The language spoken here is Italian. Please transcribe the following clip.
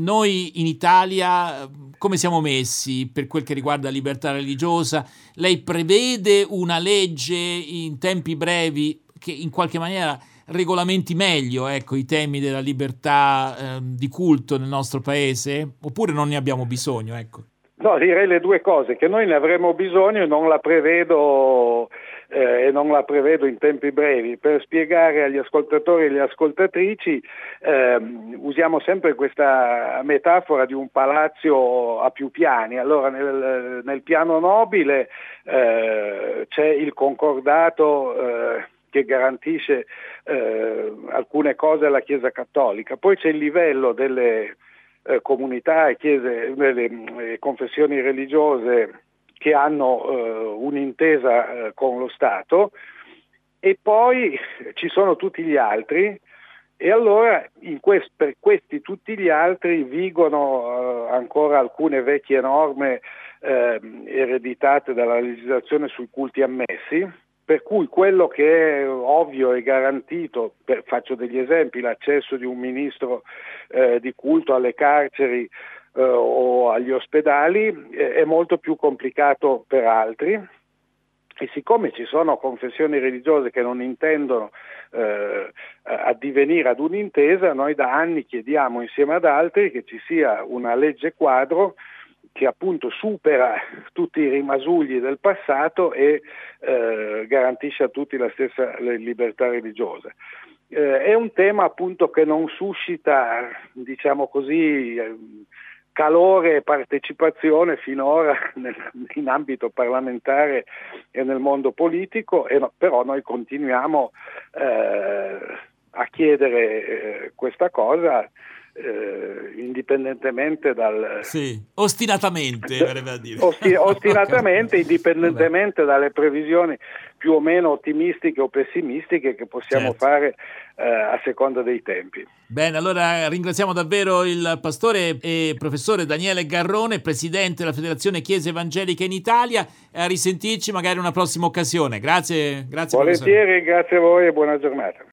noi in Italia come siamo messi per quel che riguarda la libertà religiosa? Lei prevede una legge in tempi brevi che in qualche maniera regolamenti meglio, ecco, i temi della libertà di culto nel nostro paese? Oppure non ne abbiamo bisogno, ecco? No, direi le due cose, che noi ne avremo bisogno e non la prevedo in tempi brevi. Per spiegare agli ascoltatori e alle ascoltatrici, usiamo sempre questa metafora di un palazzo a più piani. Allora nel piano nobile c'è il concordato che garantisce alcune cose alla Chiesa Cattolica, poi c'è il livello delle comunità e chiese, delle confessioni religiose che hanno un'intesa con lo Stato, e poi ci sono tutti gli altri, e allora per questi tutti gli altri vigono ancora alcune vecchie norme ereditate dalla legislazione sui culti ammessi, per cui quello che è ovvio e garantito, faccio degli esempi, l'accesso di un ministro di culto alle carceri o agli ospedali, è molto più complicato per altri, e siccome ci sono confessioni religiose che non intendono addivenire ad un'intesa, noi da anni chiediamo insieme ad altri che ci sia una legge quadro che appunto supera tutti i rimasugli del passato e garantisce a tutti la stessa libertà religiosa. È un tema appunto che non suscita, diciamo così, calore e partecipazione finora in ambito parlamentare e nel mondo politico, però noi continuiamo a chiedere questa cosa indipendentemente dal... Sì, ostinatamente, verrebbe a dire. Ostinatamente, indipendentemente dalle previsioni più o meno ottimistiche o pessimistiche che possiamo fare a seconda dei tempi. Bene, allora ringraziamo davvero il pastore e professore Daniele Garrone, presidente della Federazione Chiese Evangeliche in Italia. A risentirci magari in una prossima occasione. Grazie. Volentieri, grazie a voi e buona giornata.